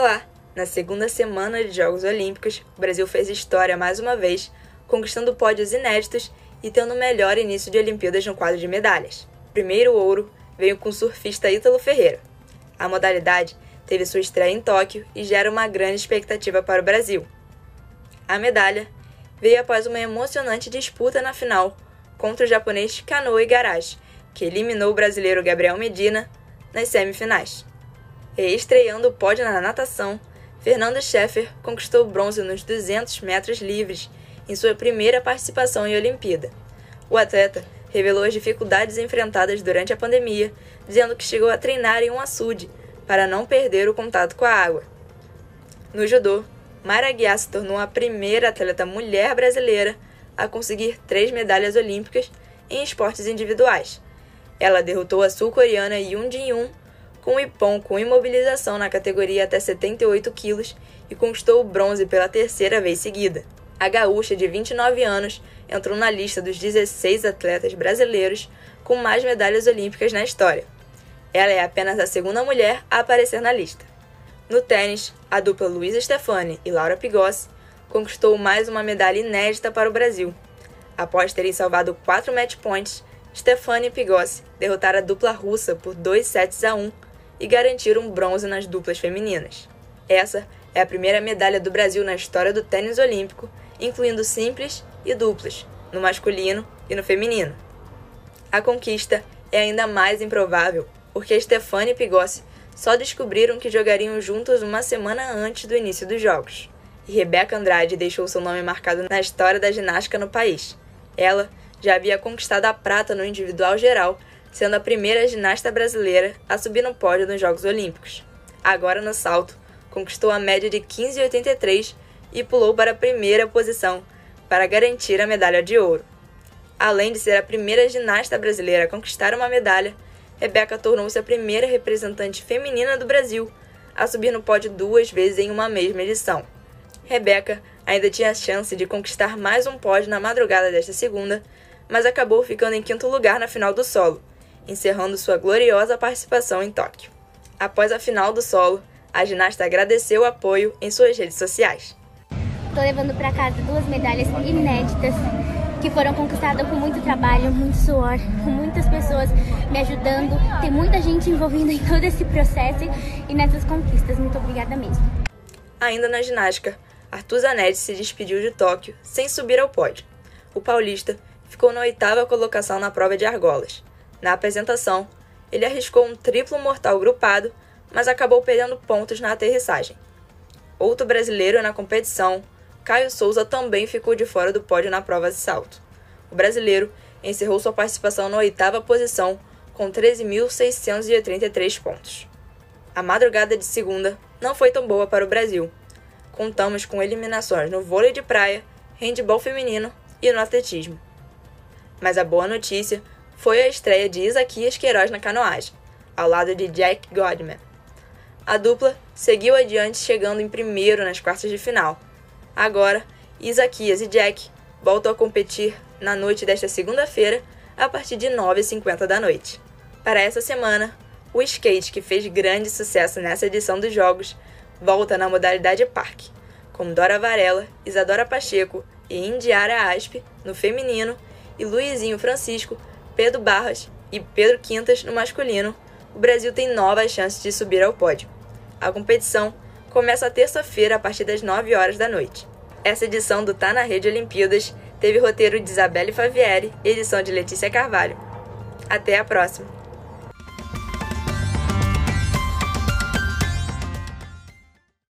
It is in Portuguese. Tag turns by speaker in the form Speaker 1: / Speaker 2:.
Speaker 1: lá, na segunda semana de Jogos Olímpicos, o Brasil fez história mais uma vez, conquistando pódios inéditos e tendo o melhor início de Olimpíadas no quadro de medalhas. O primeiro ouro veio com o surfista Ítalo Ferreira. A modalidade teve sua estreia em Tóquio e gera uma grande expectativa para o Brasil. A medalha veio após uma emocionante disputa na final contra o japonês Kanoe Igarashi, que eliminou o brasileiro Gabriel Medina nas semifinais. E estreando o pódio na natação, Fernando Scheffer conquistou bronze nos 200 metros livres em sua primeira participação em Olimpíada. O atleta revelou as dificuldades enfrentadas durante a pandemia, dizendo que chegou a treinar em um açude para não perder o contato com a água. No judô, Mayra Aguiar se tornou a primeira atleta mulher brasileira a conseguir 3 medalhas olímpicas em esportes individuais. Ela derrotou a sul-coreana Yoon Jin-yoon com o ippon com imobilização na categoria até 78 quilos e conquistou o bronze pela terceira vez seguida. A gaúcha, de 29 anos, entrou na lista dos 16 atletas brasileiros com mais medalhas olímpicas na história. Ela é apenas a segunda mulher a aparecer na lista. No tênis, a dupla Luísa Stefani e Laura Pigossi conquistou mais uma medalha inédita para o Brasil. Após terem salvado 4 match points, Stefani e Pigossi derrotaram a dupla russa por 2-1 e garantiram bronze nas duplas femininas. Essa é a primeira medalha do Brasil na história do tênis olímpico, incluindo simples e duplas, no masculino e no feminino. A conquista é ainda mais improvável, porque Stefani e Pigossi só descobriram que jogariam juntos uma semana antes do início dos Jogos. E Rebeca Andrade deixou seu nome marcado na história da ginástica no país. Ela já havia conquistado a prata no individual geral, sendo a primeira ginasta brasileira a subir no pódio nos Jogos Olímpicos. Agora no salto, conquistou a média de 15,83 e pulou para a primeira posição para garantir a medalha de ouro. Além de ser a primeira ginasta brasileira a conquistar uma medalha, Rebeca tornou-se a primeira representante feminina do Brasil a subir no pódio 2 vezes em uma mesma edição. Rebeca ainda tinha a chance de conquistar mais um pódio na madrugada desta segunda, mas acabou ficando em 5º lugar na final do solo, encerrando sua gloriosa participação em Tóquio. Após a final do solo, a ginasta agradeceu o apoio em suas redes sociais.
Speaker 2: Estou levando para casa 2 medalhas inéditas que foram conquistadas com muito trabalho, muito suor, com muitas pessoas me ajudando. Tem muita gente envolvida em todo esse processo e nessas conquistas. Muito obrigada mesmo.
Speaker 1: Ainda na ginástica, Arthur Zanetti se despediu de Tóquio sem subir ao pódio. O paulista ficou na 8ª colocação na prova de argolas. Na apresentação, ele arriscou um triplo mortal grupado, mas acabou perdendo pontos na aterrissagem. Outro brasileiro na competição, Caio Souza, também ficou de fora do pódio na prova de salto. O brasileiro encerrou sua participação na 8ª posição com 13.633 pontos. A madrugada de segunda não foi tão boa para o Brasil. Contamos com eliminações no vôlei de praia, handebol feminino e no atletismo. Mas a boa notícia foi a estreia de Isaquias Queiroz na canoagem, ao lado de Jack Godman. A dupla seguiu adiante, chegando em primeiro nas quartas de final. Agora, Isaquias e Jack voltam a competir na noite desta segunda-feira, a partir de 9h50 da noite. Para essa semana, o skate, que fez grande sucesso nessa edição dos Jogos, volta na modalidade parque, com Dora Varela, Isadora Pacheco e Indiara Aspe no feminino e Luizinho Francisco, Pedro Barras e Pedro Quintas no masculino. O Brasil tem novas chances de subir ao pódio. A competição começa terça-feira a partir das 9 horas da noite. Essa edição do Tá na Rede Olimpíadas teve roteiro de Isabelle Favieri e edição de Letícia Carvalho. Até a próxima!